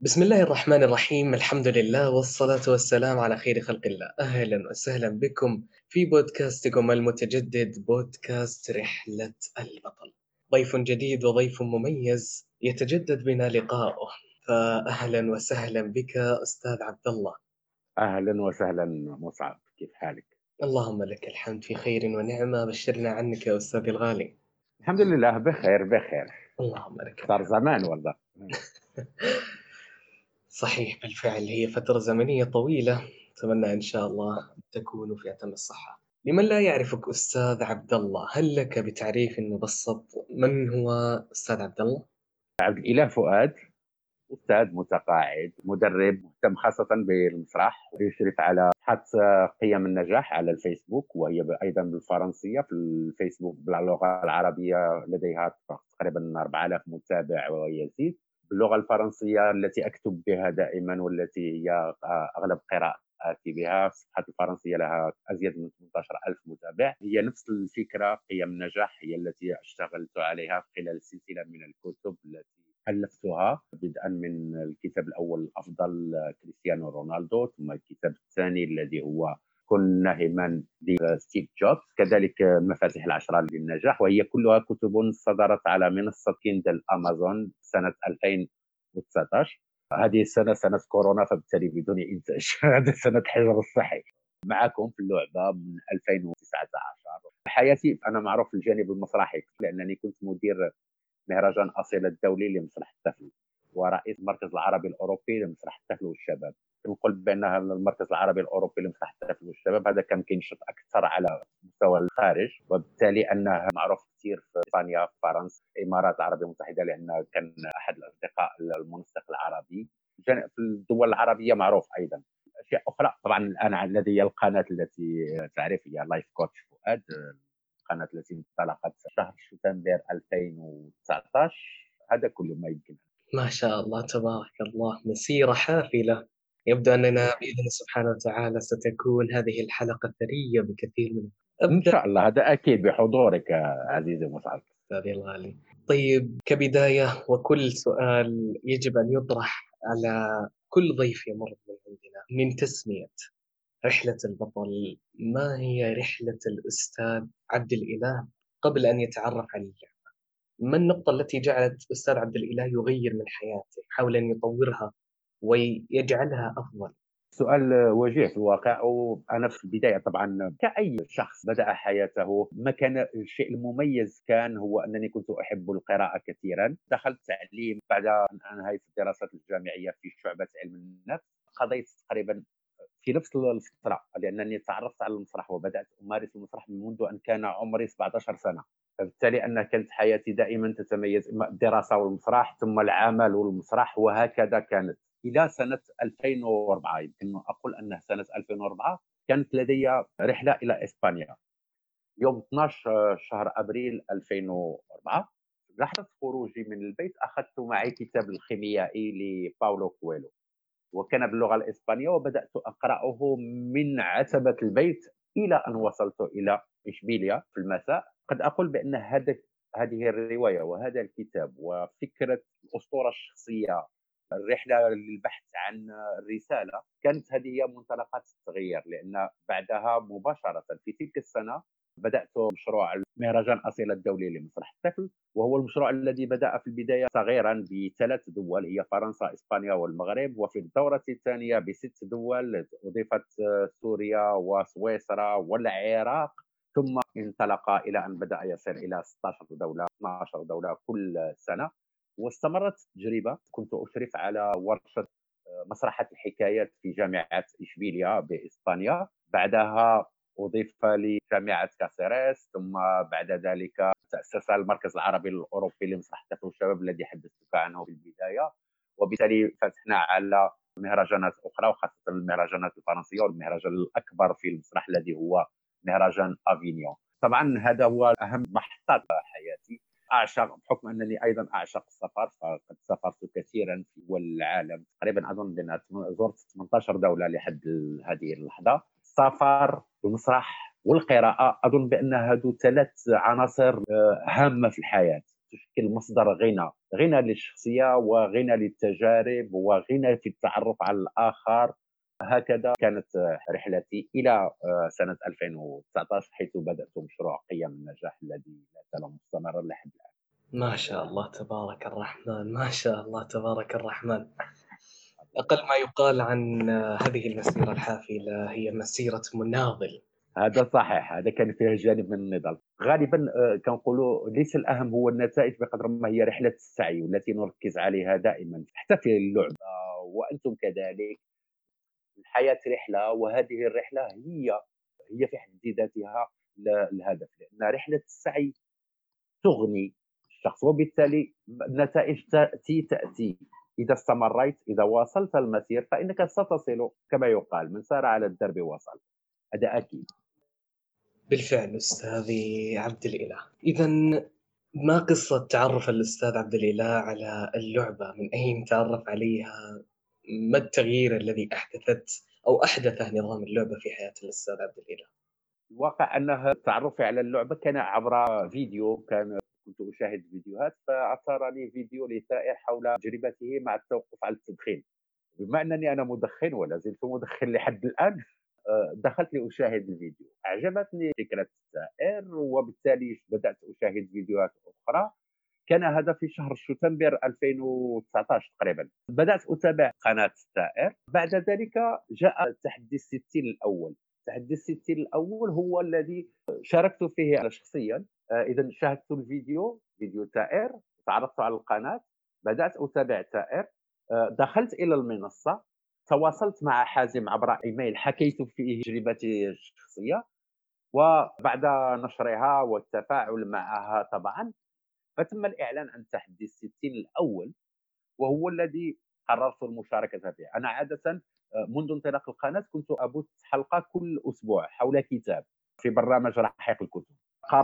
بسم الله الرحمن الرحيم، الحمد لله والصلاة والسلام على خير خلق الله. أهلا وسهلا بكم في بودكاستكم المتجدد، بودكاست رحلة البطل. ضيف جديد وضيف مميز يتجدد بنا لقاؤه، فأهلا وسهلا بك أستاذ عبد الله. أهلًا وسهلًا مُصعب، كيف حالك؟ اللهم لك الحمد، في خير ونعمة. بشرنا عنك يا أستاذي الغالي. الحمد لله بخير، بخير. اللهم لك صار الحمد. زمان والله. صحيح، بالفعل هي فترة زمنية طويلة. أتمنى إن شاء الله أن تكونوا في أتم الصحة. لمن لا يعرفك أستاذ عبد الله، هل لك بتعريف مبسط من هو أستاذ عبد الله؟ عبد الإله فؤاد، أستاذ متقاعد، مدرب مهتم خاصةً بالمسرح، ويشرف على صفحة قيم النجاح على الفيسبوك، وهي أيضًا بالفرنسية، في الفيسبوك باللغة العربية لديها تقريبًا 4000 متابع ويزيد. باللغة الفرنسية التي أكتب بها دائمًا والتي هي أغلب قراءاتي بها، الصفحة الفرنسية لها أزيد من 18,000 متابع. هي نفس الفكرة، قيم النجاح هي التي اشتغلت عليها خلال سلسلة من الكتب التي ألفتها، بدءًا من الكتاب الأول الأفضل كريستيانو رونالدو، ثم الكتاب الثاني الذي هو كن ناهمًا لستيف جوبز، كذلك المفاتيح ال10 للنجاح، وهي كلها كتب صدرت على منصة كيندل أمازون سنة 2019. هذه السنة سنة كورونا، فبالتالي بدون إنتاج. هذه سنة الحجر الصحي. معكم في اللعبة من 2019. حياتي أنا معروف في الجانب المسرحي، لأنني كنت مدير مهرجان أصيل الدولي لمسرح الطفل، ورئيس المركز العربي الأوروبي لمسرح الطفل والشباب. نقول بأن المركز العربي الأوروبي لمسرح الطفل والشباب هذا كان كينشط أكثر على مستوى الخارج، وبالتالي أنه معروف كثير في إسبانيا، في فرنسا، في الإمارات العربية المتحدة، لأنه كان أحد الأصدقاء المنسق العربي. في الدول العربية معروف أيضا. أشياء أخرى طبعا الآن لدي القناة التي تعرف هي لايف كوتش فؤاد، القناة التي انطلقت شهر شتنبر 2019. هذا كل ما يمكن. ما شاء الله تبارك الله، مسيرة حافلة. يبدو أننا بإذن الله سبحانه وتعالى ستكون هذه الحلقة ثرية بكثير من إن أبدأ. شاء الله هذا أكيد بحضورك عزيزي مصعب. أستاذي الغالي، طيب كبداية وكل سؤال يجب أن يطرح على كل ضيف يمر من عندنا من تسمية رحلة البطل، ما هي رحلة الأستاذ عبد الإله قبل أن يتعرف على ما النقطة التي جعلت أستاذ عبد الإله يغير من حياته، يحاول أن يطورها ويجعلها أفضل؟ سؤال وجيه في الواقع، وأنا في البداية طبعا كأي شخص بدأ حياته، ما كان الشيء المميز كان هو أنني كنت أحب القراءة كثيرا. دخلت تعليم بعد أن أنهيت الدراسات الجامعية في شعبة علم النفس. قضيت تقريبا في نفس الفترة لأنني تعرفت على المسرح وبدأت أمارس المسرح منذ أن كان عمري 17 سنة. فبالتالي أن كانت حياتي دائما تتميز إما الدراسة والمسرح ثم العمل والمسرح، وهكذا كانت إلى سنة 2004. يمكن أقول أنه سنة 2004 كانت لدي رحلة إلى إسبانيا يوم 12 شهر أبريل 2004. لحظة خروجي من البيت أخذت معي كتاب الخيميائي لباولو كويلو، وكان باللغة الإسبانية، وبدأت أقرأه من عتبة البيت إلى أن وصلت إلى إشبيلية في المساء. قد أقول بأن هذه الرواية وهذا الكتاب وفكرة الأسطورة الشخصية، الرحلة للبحث عن الرسالة، كانت هذه هي منطلقات التغيير. لأن بعدها مباشرة في تلك السنة بدأت مشروع مهرجان أصيل الدولي لمسرح الطفل، وهو المشروع الذي بدأ في البداية صغيرا بثلاث دول هي فرنسا، إسبانيا والمغرب، وفي الدورة الثانية بست دول أضيفت سوريا وسويسرا والعراق، ثم انطلق إلى أن بدأ يصل إلى 16 دولة 12 دولة كل سنة. واستمرت التجربة. كنت أشرف على ورشة مسرحة الحكايات في جامعة إشبيلية بإسبانيا. بعدها أضيف لجامعة كاسيريس، ثم بعد ذلك تأسس المركز العربي الأوروبي لمسرح الطفل والشباب الذي حدثتك عنه في البداية. وبالتالي فتحنا على مهرجانات أخرى، وخاصة المهرجانات الفرنسية، والمهرجان الأكبر في المسرح الذي هو مهرجان أفينيون. طبعا هذا هو أهم محطات حياتي. أعشق بحكم أنني أيضا أعشق السفر، فقد سافرت كثيرا في دول العالم، تقريبا أظن بأن زرت 18 دولة لحد هذه اللحظة. السفر والمسرح والقراءة أظن بأن هذو ثلاث عناصر هامة في الحياة. تشكل مصدر غنى للشخصية وغنى للتجارب وغنى في التعرف على الآخر. هكذا كانت رحلتي إلى سنة 2019 حيث بدأت مشروع قيم النجاح الذي لا زال مستمرا لحد الآن. ما شاء الله تبارك الرحمن، ما شاء الله تبارك الرحمن. أقل ما يقال عن هذه المسيرة الحافلة هي مسيرة مناضل. هذا صحيح، هذا كان فيه جانب من النضال. غالبًا كنقولوا ليس الأهم هو النتائج بقدر ما هي رحلة السعي والتي نركز عليها دائمًا حتى في اللعبة وأنتم كذلك. الحياة رحلة، وهذه الرحلة هي في حد ذاتها الهدف، لأن رحلة السعي تغني الشخص، وبالتالي النتائج تأتي إذا استمريت، إذا واصلت المسير فإنك ستصل كما يقال: "من سار على الدرب وصل." هذا أكيد. بالفعل أستاذي عبد الإله. إذا ما قصة تعرف الأستاذ عبد الإله على اللعبة؟ من أين تعرف عليها؟ ما التغيير الذي أحدثه نظام اللعبة في حياة الأستاذ عبد الإله؟ الواقع أنه تعرفي على اللعبة كان عبر فيديو، كنت أشاهد فيديوهات، فأثارني فيديو لسائر حول تجربته مع التوقف عن التدخين. بما أنني أنا مدخن ولا زلت مدخن لحد الآن، دخلت لأشاهد الفيديو، أعجبتني فكرة السائر وبالتالي بدأت أشاهد فيديوهات أخرى. كان هذا في شهر شتنبر 2019 تقريبا. بدأت أتابع قناة السائر. بعد ذلك جاء تحدي الستين الأول. تحدي الستين الأول هو الذي شاركت فيه أنا شخصيا. إذا شاهدت فيديو سائر، تعرفت على القناة، بدأت أتابع سائر. دخلت إلى المنصة، تواصلت مع حازم عبر إيميل، حكيت فيه تجربتي الشخصية، وبعد نشرها والتفاعل معها طبعا فتم الإعلان عن تحدي الستين الأول، وهو الذي قررت المشاركة فيه. أنا عادة منذ انطلاق القناة كنت أبث حلقة كل أسبوع حول كتاب في برنامج رحيق الكتب.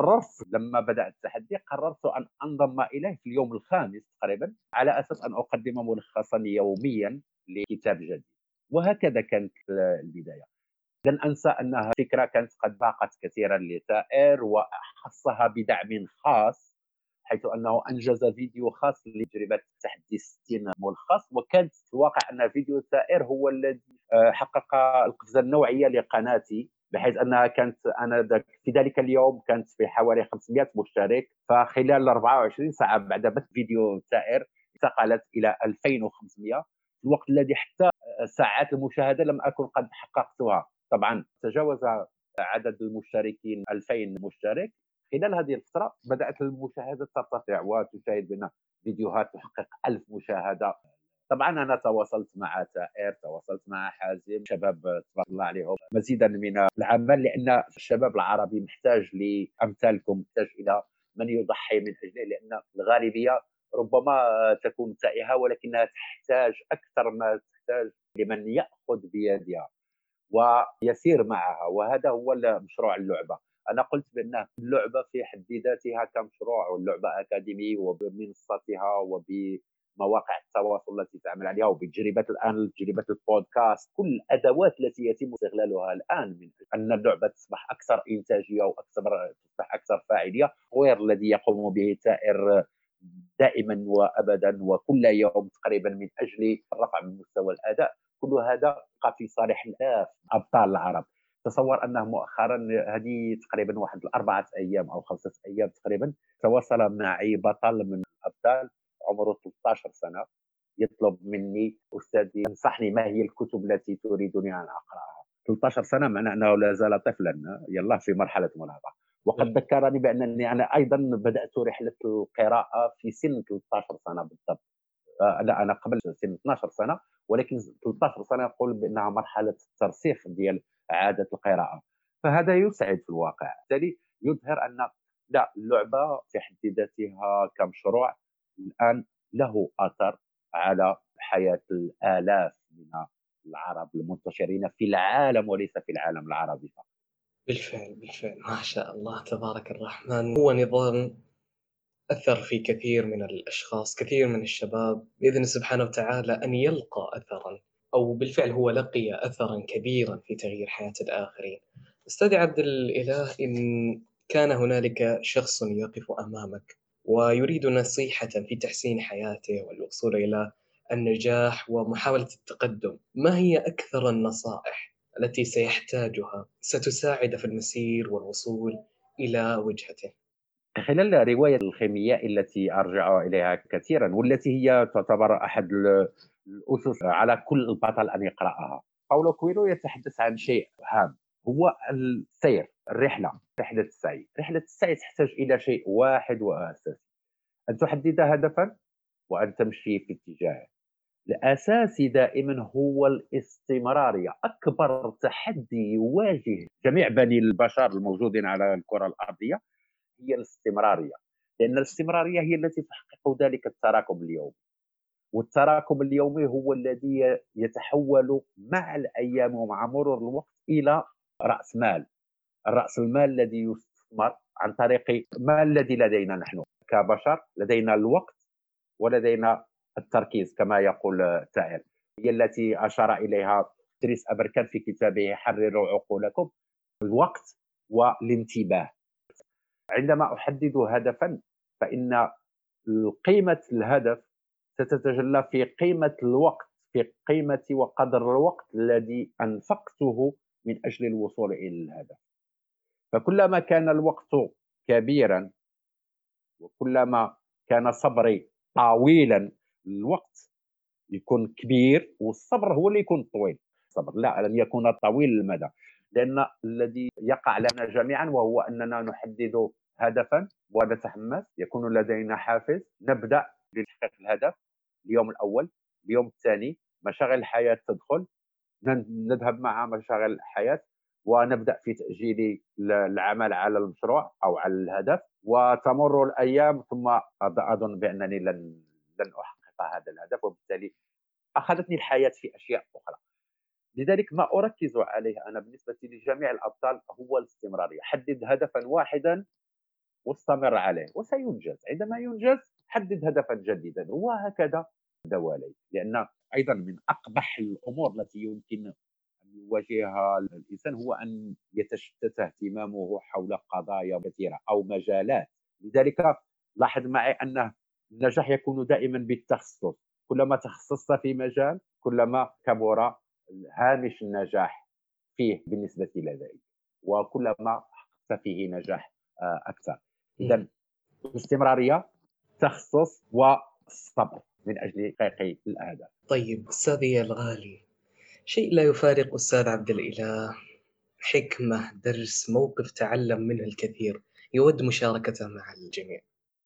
لما بدأ التحدي قررت أن أنضم إليه في اليوم الخامس تقريبا، على أساس أن أقدم ملخصا يوميا لكتاب جديد. وهكذا كانت البداية. لن أنسى أنها فكرة كانت قد ضاقت كثيرا لسائر وخصها بدعم خاص، حيث أنه أنجز فيديو خاص لتجربة تحدي الستين ملخص، وكانت في الواقع أن فيديو سائر هو الذي حقق القفزة النوعية لقناتي، بحيث أنها كانت في ذلك اليوم كانت في حوالي 500 مشترك، فخلال 24 ساعة بعد بث فيديو سائر انتقلت إلى 2500 في الوقت الذي حتى ساعات المشاهدة لم أكن قد حققتها. طبعا تجاوز عدد المشتركين 2000 مشترك. خلال هذه الفترة بدأت المشاهدة ترتفع وتشاهد بنا فيديوهات تحقق 1000 مشاهدة. طبعا أنا تواصلت مع سائر، تواصلت مع حازم، شباب تبارك الله عليهم، مزيدا من العمل، لأن الشباب العربي محتاج لأمثالكم، محتاج إلى من يضحي من أجله، لأن الغالبية ربما تكون تائهة ولكنها تحتاج أكثر ما تحتاج لمن يأخذ بيدها ويسير معها. وهذا هو مشروع اللعبة. أنا قلت بأن اللعبة في حد ذاتها كمشروع، واللعبة أكاديمي وبمنصتها وبمواقع التواصل التي تعمل عليها وبتجربة الآن تجربة البودكاست، كل الأدوات التي يتم استغلالها الآن من أن اللعبة تصبح أكثر إنتاجية تصبح أكثر فاعلية. التطوير الذي يقوم به سائر دائما وأبدا وكل يوم تقريبا من أجل الرفع من مستوى الأداء، كل هذا بقى في صالح الاف ابطال العرب. تصور انه مؤخرا هذه تقريبا واحد 4 ايام او 5 ايام تقريبا تواصل معي بطل من الابطال عمره 13 سنه يطلب مني: استاذي انصحني، ما هي الكتب التي تريدني ان اقراها؟ 13 سنه معناه انه لا زال طفلا، يلا في مرحله المراهقه. وقد ذكرني بانني انا ايضا بدات رحله القراءه في سن 13 سنه بالضبط. لا، انا قبل سن 12 سنه، ولكن 13 سنه يقول بانها مرحله الترسيخ ديال عاده القراءه. فهذا يسعد في الواقع، بالتالي يظهر ان لا، اللعبه في حد ذاتها كمشروع الان له اثر على حياه الالاف من العرب المنتشرين في العالم وليس في العالم العربي فقط. بالفعل، بالفعل، ما شاء الله تبارك الرحمن. هو نظام أثّر في كثير من الأشخاص، كثير من الشباب بإذن الله سبحانه وتعالى أن يلقى أثرًا، أو بالفعل هو لقي أثرًا كبيرًا في تغيير حياة الآخرين. أستاذ عبد الإله، إن كان هنالك شخص يقف أمامك ويريد نصيحة في تحسين حياته والوصول إلى النجاح ومحاولة التقدم. ما هي أكثر النصائح التي سيحتاجها ستساعد في المسير والوصول إلى وجهته؟ خلال رواية الخيمياء التي أرجع إليها كثيرا، والتي هي تعتبر أحد الأسس على كل بطل أن يقرأها، باولو كويلو يتحدث عن شيء هام، هو السير، رحلة السعي. رحلة السعي تحتاج إلى شيء واحد وأساسي، أن تحدد هدفا وأن تمشي في اتجاهه. الأساسي دائما هو الاستمرارية. أكبر تحدي يواجه جميع بني البشر الموجودين على الكرة الأرضية هي الاستمرارية، لأن الاستمرارية هي التي تحقق ذلك التراكم اليومي، والتراكم اليومي هو الذي يتحول مع الأيام ومع مرور الوقت إلى رأس مال. الرأس المال الذي يستثمر عن طريق ما الذي لدينا نحن كبشر، لدينا الوقت ولدينا التركيز كما يقول التائر، هي التي أشار إليها تريس أبركان في كتابه حرروا عقولكم: الوقت والانتباه. عندما أحدد هدفا فإن قيمة الهدف ستتجلى في قيمة الوقت، في قيمة وقدر الوقت الذي أنفقته من أجل الوصول إلى الهدف. فكلما كان الوقت كبيرا وكلما كان صبري طويلا، الوقت يكون كبير والصبر هو اللي يكون طويل. الصبر لا، لن يكون طويل المدى، لأن الذي يقع لنا جميعا وهو أننا نحدد هدفا ونتحمس، يكون لدينا حافز، نبدأ لتحقيق الهدف. اليوم الأول، اليوم الثاني، مشاغل الحياة تدخل، نذهب مع مشاغل الحياة ونبدأ في تأجيل العمل على المشروع أو على الهدف، وتمر الأيام ثم أظن بأنني لن أحقق هذا الهدف، وبالتالي أخذتني الحياة في أشياء أخرى. لذلك ما أركز عليه أنا بالنسبة لجميع الأبطال هو الاستمرارية. حدد هدفا واحدا واستمر عليه وسينجز. عندما ينجز حدد هدفا جديدا، وهكذا دوالي. لأن أيضا من أقبح الأمور التي يمكن أن يواجهها الإنسان هو أن يتشتت اهتمامه حول قضايا كثيرة أو مجالات. لذلك لاحظ معي أن النجاح يكون دائما بالتخصص. كلما تخصصت في مجال كلما كبر هامش النجاح فيه بالنسبة لديك، وكلما حققت فيه نجاح أكثر. مم. إذا الاستمرارية، تخصص، والصبر من أجل تحقيق الأهداف. طيب أستاذي الغالي، شيء لا يفارق أستاذ عبد الإله، حكمة، درس، موقف تعلم منه الكثير يود مشاركته مع الجميع.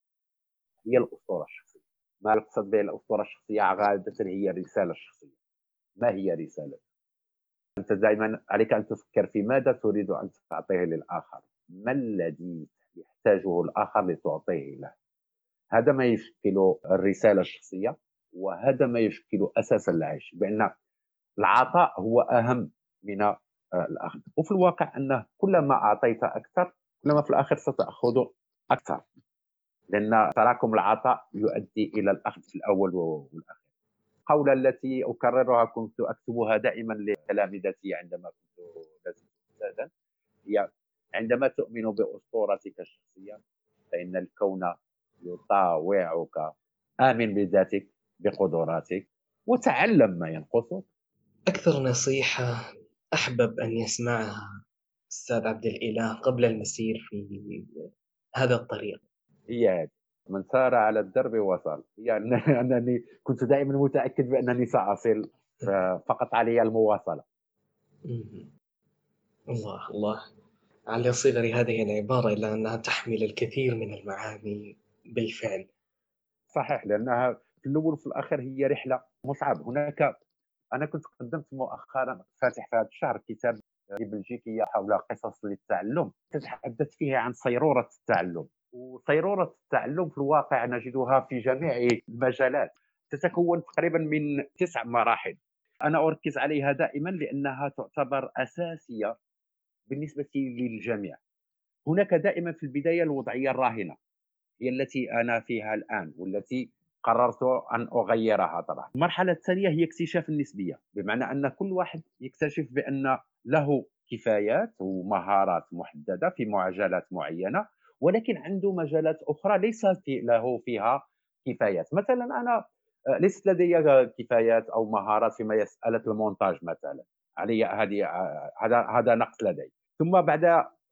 هي الأسطورة الشخصية. ما يقصد به الأسطورة الشخصية غالبا هي الرسالة الشخصية. ما هي رسالة؟ أنت دائما عليك أن تفكر في ماذا تريد أن تعطيه للآخر، ما الذي يحتاجه الآخر لتعطيه له. هذا ما يشكل الرسالة الشخصية، وهذا ما يشكل أساس العيش، بأن العطاء هو أهم من الأخذ. وفي الواقع أنه كلما أعطيت أكثر كلما في الآخر ستأخذ أكثر، لأن تراكم العطاء يؤدي إلى الأخذ في الأول والأخير. القولة التي أكررها كنت أكتبها دائما لتلامذتي عندما كنت لازلت أستاذا هي: عندما تؤمن بأسطورتك الشخصية فإن الكون يطاوعك. آمن بذاتك، بقدراتك، وتعلم ما ينقصك. أكثر نصيحة أحبب أن يسمعها أستاذ عبد الإله قبل المسير في هذا الطريق. هي هذه: من سار على الدرب وصل. هي أنني كنت دائما متأكد بأنني سأصل، فقط علي المواصلة. مم. الله الله على صغر هذه العبارة، إلا أنها تحمل الكثير من المعاني بالفعل. صحيح، لأنها في الأول وفي الآخر هي رحلة مصعبة. أنا كنت قدمت مؤخرا، فاتح في هذا الشهر، كتاب بلجيكية حول قصص للتعلم، تتحدث فيه عن صيرورة التعلم. وصيرورة التعلم في الواقع نجدها في جميع المجالات، تتكون تقريبا من 9 مراحل. أنا أركز عليها دائما لأنها تعتبر أساسية بالنسبة للجميع. هناك دائما في البداية الوضعية الراهنة، هي التي أنا فيها الآن والتي قررت أن أغيرها. طبعا المرحلة الثانية هي اكتشاف النسبية، بمعنى أن كل واحد يكتشف بأن له كفايات ومهارات محددة في معجلات معينة، ولكن عنده مجالات أخرى ليس له فيها كفايات. مثلًا أنا ليست لدي كفايات أو مهارات في مسألة المونتاج مثلًا، علي هذه هذا نقص لدي. ثم بعد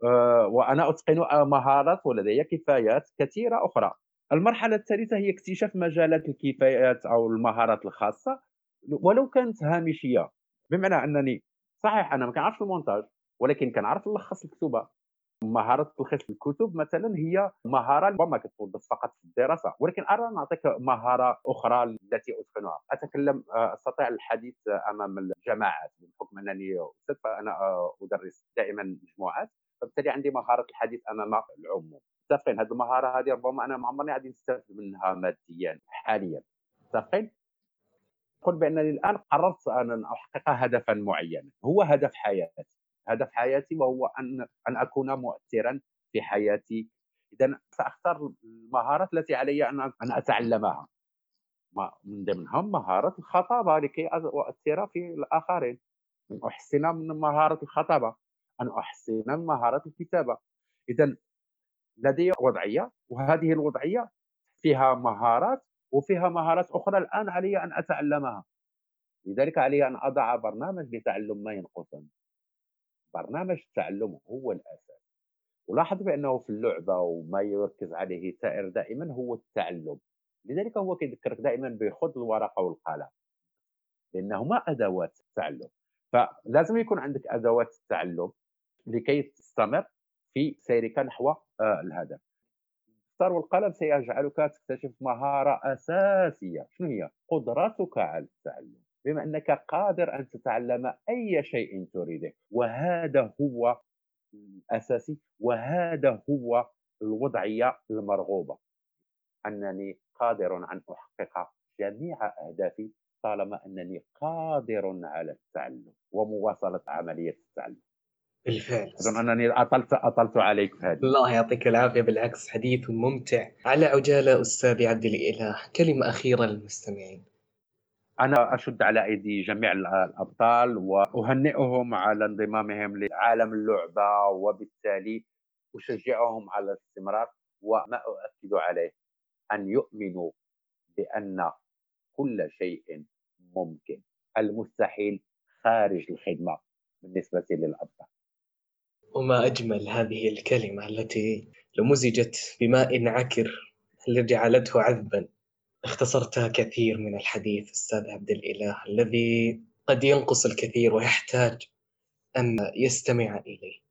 وأنا أتقن مهارات ولدي كفايات كثيرة أخرى. المرحلة الثالثة هي اكتشاف مجالات الكفايات أو المهارات الخاصة ولو كانت هامشية، بمعنى أنني صحيح أنا ما كنعرفش المونتاج، ولكن كنعرف نلخّص الكتوبة. مهارة تلخيص الكتب مثلًا هي مهارة ربما كتوظّف فقط في الدراسة، ولكن أرى نعطيك مهارة أخرى التي أتقنها. أستطيع الحديث أمام الجماعات بحكم أنني أستاذ، فأنا أدرس دائمًا مجموعات، فبالتالي عندي مهارة الحديث أمام العموم. متفقين؟ هذه المهارة هذه ربما أنا ما عمرني غادي نستافد منها ماديًا حاليًا. متفقين؟ قل بأنني الآن قررت أن أحقق هدفًا معينًا، هو هدف حياتي. هدف حياتي وهو أن أكون مؤثرًا في حياتي. إذًا سأختار المهارات التي علي أن أتعلمها، من ضمنهم مهارة الخطابة لكي أؤثر في الآخرين، أن أحسن من مهارة الخطابة، أن أحسن من مهارة الكتابة. إذًا لدي وضعية، وهذه الوضعية فيها مهارات وفيها مهارات أخرى الآن علي أن أتعلمها. لذلك علي أن أضع برنامج لتعلم ما ينقصني. برنامج التعلم هو الأساس. ولاحظ بأنه في اللعبة وما يركز عليه سائر دائما هو التعلم. لذلك هو كيذكرك دائما بخذ الورقة والقلم، لأنهما أدوات التعلم. فلازم يكون عندك أدوات التعلم لكي تستمر في سيرك نحو الهدف. الدفتر والقلم سيجعلك تكتشف مهارة أساسية. شنو هي؟ قدرتك على التعلم، بما أنك قادر أن تتعلم أي شيء تريده، وهذا هو الأساسي، وهذا هو الوضعية المرغوبة. أنني قادر أن أحقق جميع أهدافي طالما أنني قادر على التعلم ومواصلة عملية التعلم. بالفعل أظن أستاذ. أنني أطلت عليك في هذه. الله يعطيك العافية، بالعكس حديث ممتع. على عجالة أستاذي عبد الإله، كلمة أخيرة للمستمعين. أنا أشد على أيدي جميع الأبطال وأهنئهم على انضمامهم لعالم اللعبة، وبالتالي أشجعهم على الاستمرار. وما أؤكد عليه أن يؤمنوا بأن كل شيء ممكن. المستحيل خارج الخدمة بالنسبة للأبطال. وما أجمل هذه الكلمة التي لو مزجت بماء عكر لجعلته عذبا. اختصرت كثير من الحديث أستاذ عبد الإله، الذي قد ينقص الكثير ويحتاج أن يستمع إليه.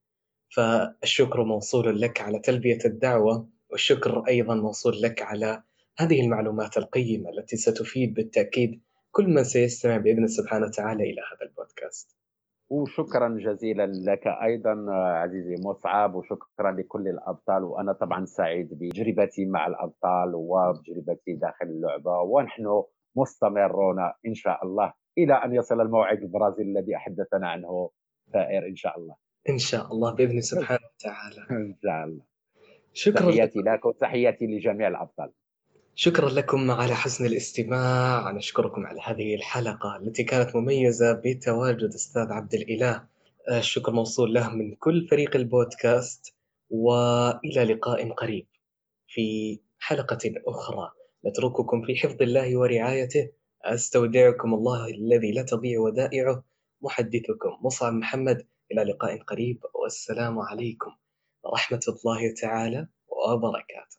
فالشكر موصول لك على تلبية الدعوة، والشكر أيضا موصول لك على هذه المعلومات القيمة التي ستفيد بالتأكيد كل من سيستمع بإذن سبحانه وتعالى إلى هذا البودكاست. وشكرا جزيلا لك أيضا عزيزي مصعب، وشكرا لكل الأبطال. وأنا طبعا سعيد بتجربتي مع الأبطال وتجربتي داخل اللعبة، ونحن مستمرون إن شاء الله إلى أن يصل الموعد البرازيل الذي أحدثنا عنه سائر إن شاء الله. إن شاء الله بإذن سبحانه وتعالى. إن شاء الله. شكرا تحياتي لكم. لك وتحياتي لجميع الأبطال. شكرا لكم على حسن الاستماع. نشكركم على هذه الحلقة التي كانت مميزة بتواجد أستاذ عبد الإله. الشكر موصول له من كل فريق البودكاست، وإلى لقاء قريب في حلقة أخرى. نترككم في حفظ الله ورعايته. أستودعكم الله الذي لا تضيع ودائعه. محدثكم مصعب محمد. إلى لقاء قريب، والسلام عليكم ورحمة الله تعالى وبركاته.